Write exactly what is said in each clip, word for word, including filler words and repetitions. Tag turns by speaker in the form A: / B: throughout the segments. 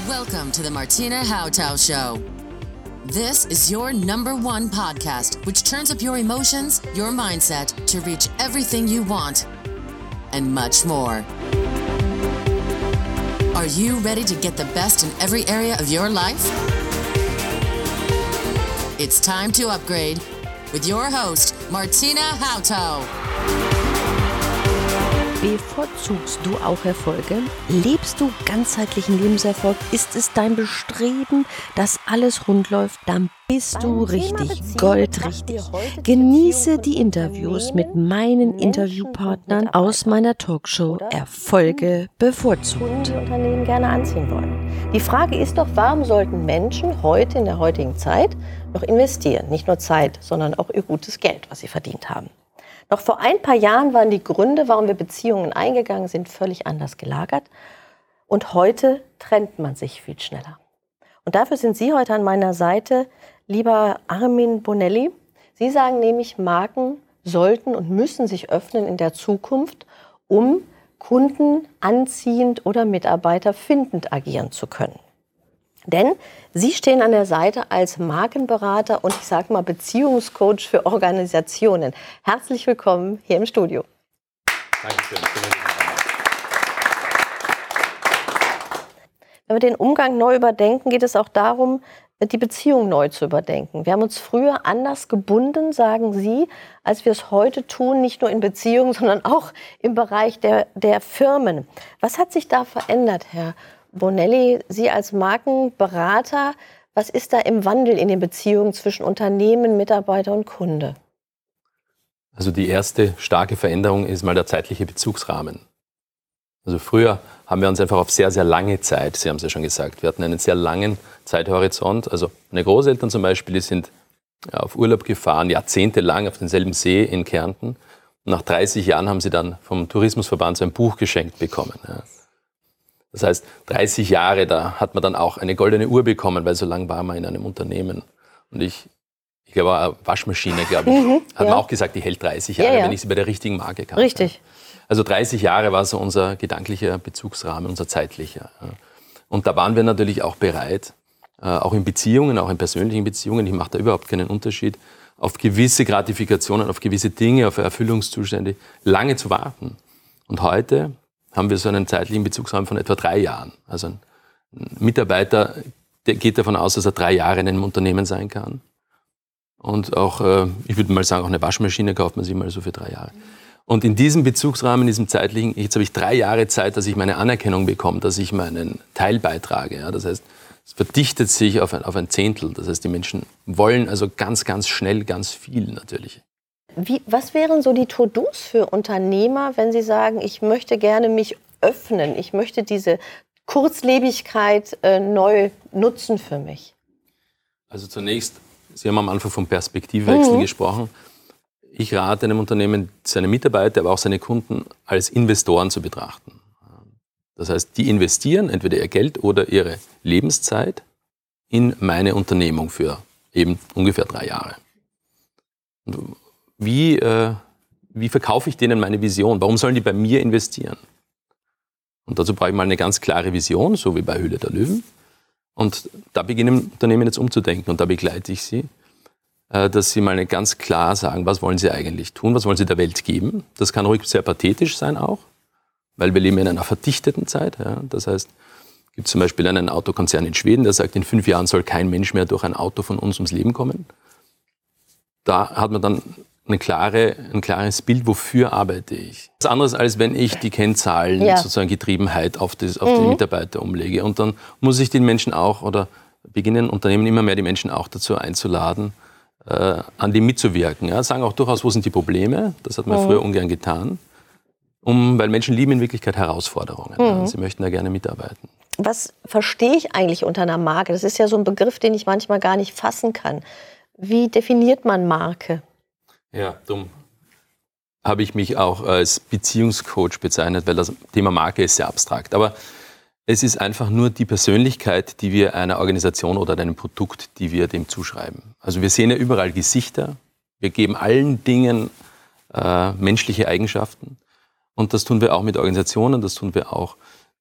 A: Welcome to the Martina Hautau Show. This is your number one podcast, which turns up your emotions, your mindset to reach everything you want and much more. Are you ready to get the best in every area of your life? It's time to upgrade with your host, Martina Hautau.
B: Bevorzugst du auch Erfolge? Lebst du ganzheitlichen Lebenserfolg? Ist es dein Bestreben, dass alles rund läuft? Dann bist du richtig, goldrichtig. Genieße die Interviews mit meinen Interviewpartnern aus meiner Talkshow Erfolge bevorzugt.
C: Die Unternehmen gerne anziehen wollen. Die Frage ist doch, warum sollten Menschen heute in der heutigen Zeit noch investieren? Nicht nur Zeit, sondern auch ihr gutes Geld, was sie verdient haben. Noch vor ein paar Jahren waren die Gründe, warum wir Beziehungen eingegangen sind, völlig anders gelagert. Und heute trennt man sich viel schneller. Und dafür sind Sie heute an meiner Seite, lieber Armin Bonelli. Sie sagen nämlich, Marken sollten und müssen sich öffnen in der Zukunft, um Kunden anziehend oder Mitarbeiter findend agieren zu können. Denn Sie stehen an der Seite als Markenberater und ich sage mal Beziehungscoach für Organisationen. Herzlich willkommen hier im Studio.
D: Dankeschön.
C: Wenn wir den Umgang neu überdenken, geht es auch darum, die Beziehung neu zu überdenken. Wir haben uns früher anders gebunden, sagen Sie, als wir es heute tun, nicht nur in Beziehungen, sondern auch im Bereich der, der Firmen. Was hat sich da verändert, Herr Bonelli, Sie als Markenberater, was ist da im Wandel in den Beziehungen zwischen Unternehmen, Mitarbeiter und Kunde?
D: Also die erste starke Veränderung ist mal der zeitliche Bezugsrahmen. Also früher haben wir uns einfach auf sehr, sehr lange Zeit, Sie haben es ja schon gesagt, wir hatten einen sehr langen Zeithorizont. Also meine Großeltern zum Beispiel, die sind auf Urlaub gefahren, jahrzehntelang auf denselben See in Kärnten. Und nach dreißig Jahren haben sie dann vom Tourismusverband so ein Buch geschenkt bekommen. Ja. Das heißt, dreißig Jahre, da hat man dann auch eine goldene Uhr bekommen, weil so lange war man in einem Unternehmen. Und ich, ich glaube, eine Waschmaschine, glaube ich,
C: Mhm,
D: hat
C: ja.
D: man auch gesagt, die hält dreißig Jahre,
C: Ja, ja.
D: wenn ich sie bei der richtigen Marke kaufe.
C: Richtig.
D: Also dreißig Jahre war so unser gedanklicher Bezugsrahmen, unser zeitlicher. Ja. Und da waren wir natürlich auch bereit, äh, auch in Beziehungen, auch in persönlichen Beziehungen, ich mache da überhaupt keinen Unterschied, auf gewisse Gratifikationen, auf gewisse Dinge, auf Erfüllungszustände lange zu warten. Und heute haben wir so einen zeitlichen Bezugsrahmen von etwa drei Jahren. Also ein Mitarbeiter der geht davon aus, dass er drei Jahre in einem Unternehmen sein kann. Und auch, äh, ich würde mal sagen, auch eine Waschmaschine kauft man sich mal so für drei Jahre. Und in diesem Bezugsrahmen, in diesem zeitlichen, jetzt habe ich drei Jahre Zeit, dass ich meine Anerkennung bekomme, dass ich meinen Teil beitrage. Ja? Das heißt, es verdichtet sich auf ein, auf ein Zehntel. Das heißt, die Menschen wollen also ganz, ganz schnell ganz viel natürlich.
C: Wie, was wären so die To-Dos für Unternehmer, wenn sie sagen, ich möchte gerne mich öffnen, ich möchte diese Kurzlebigkeit äh, neu nutzen für mich?
D: Also zunächst, Sie haben am Anfang vom Perspektivwechsel
C: mhm.
D: gesprochen. Ich rate einem Unternehmen, seine Mitarbeiter, aber auch seine Kunden als Investoren zu betrachten. Das heißt, die investieren entweder ihr Geld oder ihre Lebenszeit in meine Unternehmung für eben ungefähr drei Jahre. Und wie, äh, wie verkaufe ich denen meine Vision? Warum sollen die bei mir investieren? Und dazu brauche ich mal eine ganz klare Vision, so wie bei Höhle der Löwen. Und da beginnen Unternehmen jetzt umzudenken und da begleite ich sie, äh, dass sie mal ganz klar sagen, was wollen sie eigentlich tun, was wollen sie der Welt geben. Das kann ruhig sehr pathetisch sein auch, weil wir leben in einer verdichteten Zeit. Ja. Das heißt, es gibt zum Beispiel einen Autokonzern in Schweden, der sagt, in fünf Jahren soll kein Mensch mehr durch ein Auto von uns ums Leben kommen. Da hat man dann eine klare, ein klares Bild, wofür arbeite ich. Das ist anderes, als wenn ich die Kennzahlen,
C: ja.
D: sozusagen Getriebenheit auf, das, auf
C: mhm.
D: die Mitarbeiter umlege. Und dann muss ich den Menschen auch, oder beginnen Unternehmen immer mehr die Menschen auch dazu einzuladen, äh, an dem mitzuwirken. Ja, sagen auch durchaus, wo sind die Probleme, das hat man mhm. früher ungern getan, um, weil Menschen lieben in Wirklichkeit Herausforderungen. Mhm. Ja, sie möchten da gerne mitarbeiten.
C: Was verstehe ich eigentlich unter einer Marke? Das ist ja so ein Begriff, den ich manchmal gar nicht fassen kann. Wie definiert man Marke?
D: Ja, dumm. Habe ich mich auch als Beziehungscoach bezeichnet, weil das Thema Marke ist sehr abstrakt. Aber es ist einfach nur die Persönlichkeit, die wir einer Organisation oder einem Produkt, die wir dem zuschreiben. Also wir sehen ja überall Gesichter, wir geben allen Dingen äh, menschliche Eigenschaften. Und das tun wir auch mit Organisationen, das tun wir auch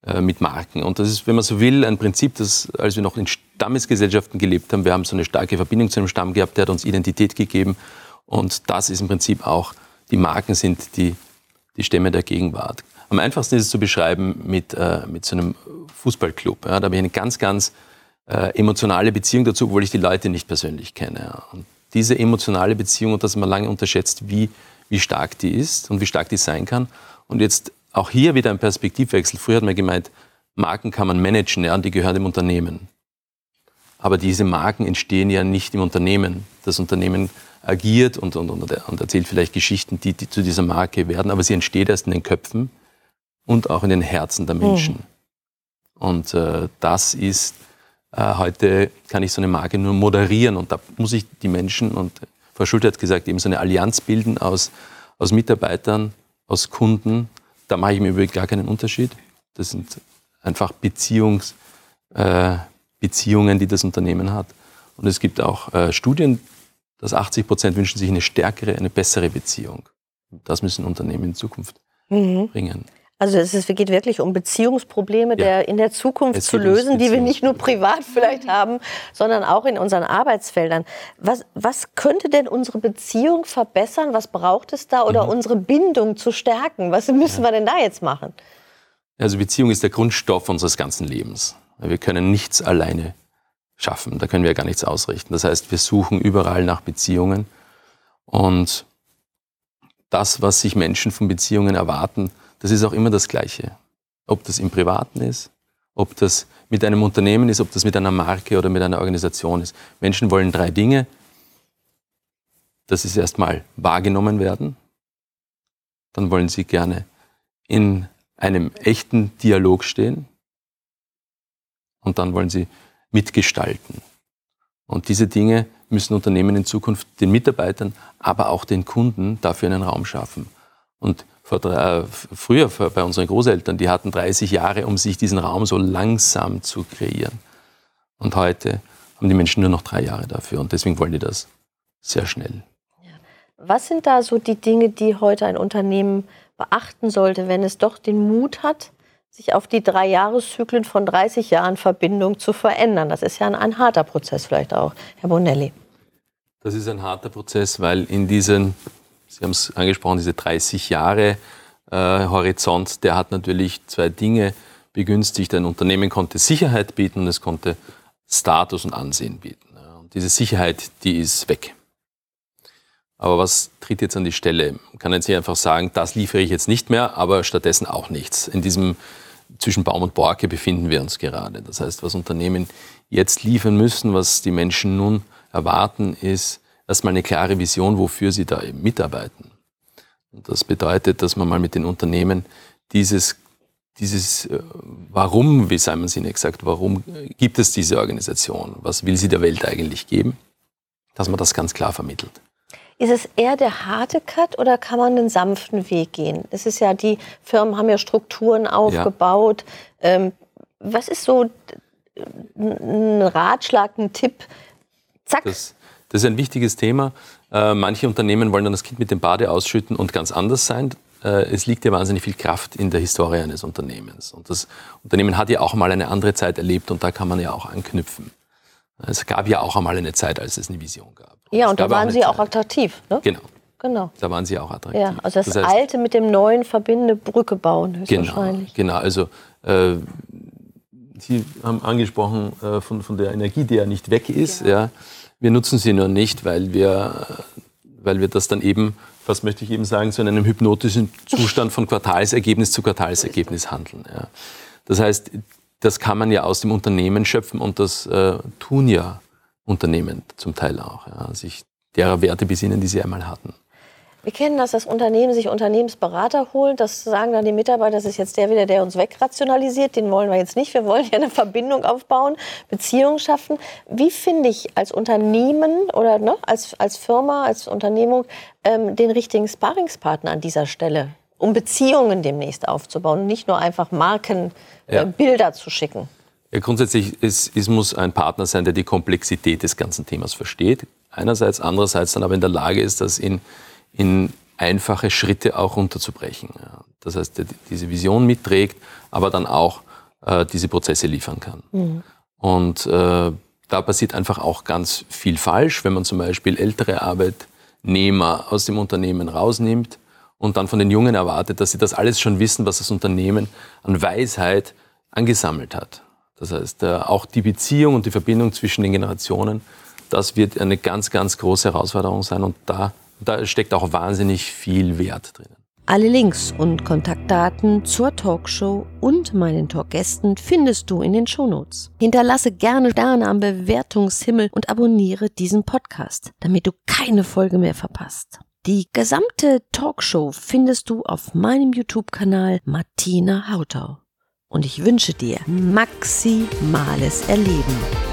D: äh, mit Marken. Und das ist, wenn man so will, ein Prinzip, das, als wir noch in Stammesgesellschaften gelebt haben, wir haben so eine starke Verbindung zu einem Stamm gehabt, der hat uns Identität gegeben. Und das ist im Prinzip auch, die Marken sind die, die Stämme der Gegenwart. Am einfachsten ist es zu beschreiben mit, äh, mit so einem Fußballclub. Ja, da habe ich eine ganz, ganz äh, emotionale Beziehung dazu, obwohl ich die Leute nicht persönlich kenne. Ja. Und diese emotionale Beziehung, und das hat man lange unterschätzt, wie, wie stark die ist und wie stark die sein kann. Und jetzt auch hier wieder ein Perspektivwechsel. Früher hat man gemeint, Marken kann man managen, ja, und die gehören dem Unternehmen. Aber diese Marken entstehen ja nicht im Unternehmen. Das Unternehmen agiert und, und, und, und erzählt vielleicht Geschichten, die, die zu dieser Marke werden, aber sie entsteht erst in den Köpfen und auch in den Herzen der Menschen. Mhm. Und äh, das ist, äh, heute kann ich so eine Marke nur moderieren und da muss ich die Menschen, und Frau Schulte hat gesagt, eben so eine Allianz bilden aus, aus Mitarbeitern, aus Kunden. Da mache ich mir übrigens gar keinen Unterschied. Das sind einfach Beziehungs, äh, Beziehungen, die das Unternehmen hat. Und es gibt auch äh, Studien, dass achtzig Prozent wünschen sich eine stärkere, eine bessere Beziehung. Das müssen Unternehmen in Zukunft mhm. bringen.
C: Also es ist, geht wirklich um Beziehungsprobleme ja. der in der Zukunft zu lösen, die wir nicht nur privat vielleicht haben, sondern auch in unseren Arbeitsfeldern. Was, was könnte denn unsere Beziehung verbessern? Was braucht es da? Oder mhm. unsere Bindung zu stärken? Was müssen ja. wir denn da jetzt machen?
D: Also Beziehung ist der Grundstoff unseres ganzen Lebens. Wir können nichts alleine schaffen. Da können wir gar nichts ausrichten. Das heißt, wir suchen überall nach Beziehungen. Und das, was sich Menschen von Beziehungen erwarten, das ist auch immer das Gleiche. Ob das im Privaten ist, ob das mit einem Unternehmen ist, ob das mit einer Marke oder mit einer Organisation ist. Menschen wollen drei Dinge. Das ist erstmal wahrgenommen werden. Dann wollen sie gerne in einem echten Dialog stehen. Und dann wollen sie mitgestalten. Und diese Dinge müssen Unternehmen in Zukunft den Mitarbeitern, aber auch den Kunden dafür einen Raum schaffen. Und vor drei, äh, früher vor, bei unseren Großeltern, die hatten dreißig Jahre, um sich diesen Raum so langsam zu kreieren. Und heute haben die Menschen nur noch drei Jahre dafür. Und deswegen wollen die das sehr schnell.
C: Ja. Was sind da so die Dinge, die heute ein Unternehmen beachten sollte, wenn es doch den Mut hat, sich auf die drei Jahreszyklen von dreißig Jahren Verbindung zu verändern? Das ist ja ein, ein harter Prozess vielleicht auch, Herr Bonelli.
D: Das ist ein harter Prozess, weil in diesen, Sie haben es angesprochen, diese dreißig Jahre äh, Horizont, der hat natürlich zwei Dinge begünstigt. Ein Unternehmen konnte Sicherheit bieten und es konnte Status und Ansehen bieten. Und diese Sicherheit, die ist weg. Aber was tritt jetzt an die Stelle? Man kann jetzt nicht einfach sagen, das liefere ich jetzt nicht mehr, aber stattdessen auch nichts. In diesem zwischen Baum und Borke befinden wir uns gerade. Das heißt, was Unternehmen jetzt liefern müssen, was die Menschen nun erwarten, ist erstmal eine klare Vision, wofür sie da eben mitarbeiten. Und das bedeutet, dass man mal mit den Unternehmen dieses, dieses Warum, wie Simon Sinek sagt, warum gibt es diese Organisation? Was will sie der Welt eigentlich geben? Dass man das ganz klar vermittelt.
C: Ist es eher der harte Cut oder kann man einen sanften Weg gehen? Es ist ja, die Firmen haben ja Strukturen aufgebaut. Ja. Ähm, was ist so ein Ratschlag, ein Tipp? Zack.
D: Das, das ist ein wichtiges Thema. Äh, manche Unternehmen wollen dann das Kind mit dem Bade ausschütten und ganz anders sein. Äh, es liegt ja wahnsinnig viel Kraft in der Historie eines Unternehmens. Und das Unternehmen hat ja auch mal eine andere Zeit erlebt und da kann man ja auch anknüpfen. Es gab ja auch einmal eine Zeit, als es eine Vision gab. Und
C: ja, und da waren Sie auch attraktiv. Ne?
D: Genau.
C: Genau.
D: Da waren Sie auch attraktiv.
C: Ja, also das, das heißt, Alte mit dem Neuen verbinde, Brücke bauen höchstwahrscheinlich.
D: Genau, genau. Also äh, Sie haben angesprochen äh, von, von der Energie, die ja nicht weg ist. Ja. Ja. Wir nutzen sie nur nicht, weil wir, weil wir das dann eben, was möchte ich eben sagen, so in einem hypnotischen Zustand von Quartalsergebnis zu Quartalsergebnis handeln. Ja. Das heißt, das kann man ja aus dem Unternehmen schöpfen und das äh, tun ja Unternehmen zum Teil auch, ja, sich derer Werte besinnen, die sie einmal hatten.
C: Wir kennen das, dass Unternehmen sich Unternehmensberater holen. Das sagen dann die Mitarbeiter, das ist jetzt der wieder, der uns wegrationalisiert. Den wollen wir jetzt nicht. Wir wollen ja eine Verbindung aufbauen, Beziehungen schaffen. Wie finde ich als Unternehmen oder ne, als, als Firma, als Unternehmung ähm, den richtigen Sparringspartner an dieser Stelle, um Beziehungen demnächst aufzubauen, nicht nur einfach Markenbilder ja. äh, zu schicken?
D: Ja, grundsätzlich es, es muss ein Partner sein, der die Komplexität des ganzen Themas versteht. Einerseits, andererseits dann aber in der Lage ist, das in in einfache Schritte auch runterzubrechen. Ja. Das heißt, der diese Vision mitträgt, aber dann auch äh, diese Prozesse liefern kann.
C: Mhm.
D: Und äh, da passiert einfach auch ganz viel falsch, wenn man zum Beispiel ältere Arbeitnehmer aus dem Unternehmen rausnimmt und dann von den Jungen erwartet, dass sie das alles schon wissen, was das Unternehmen an Weisheit angesammelt hat. Das heißt, äh, auch die Beziehung und die Verbindung zwischen den Generationen, das wird eine ganz, ganz große Herausforderung sein und da, da steckt auch wahnsinnig viel Wert drinnen.
B: Alle Links und Kontaktdaten zur Talkshow und meinen Talkgästen findest du in den Shownotes. Hinterlasse gerne Sterne am Bewertungshimmel und abonniere diesen Podcast, damit du keine Folge mehr verpasst. Die gesamte Talkshow findest du auf meinem YouTube-Kanal Martina Hautau. Und ich wünsche dir maximales Erleben.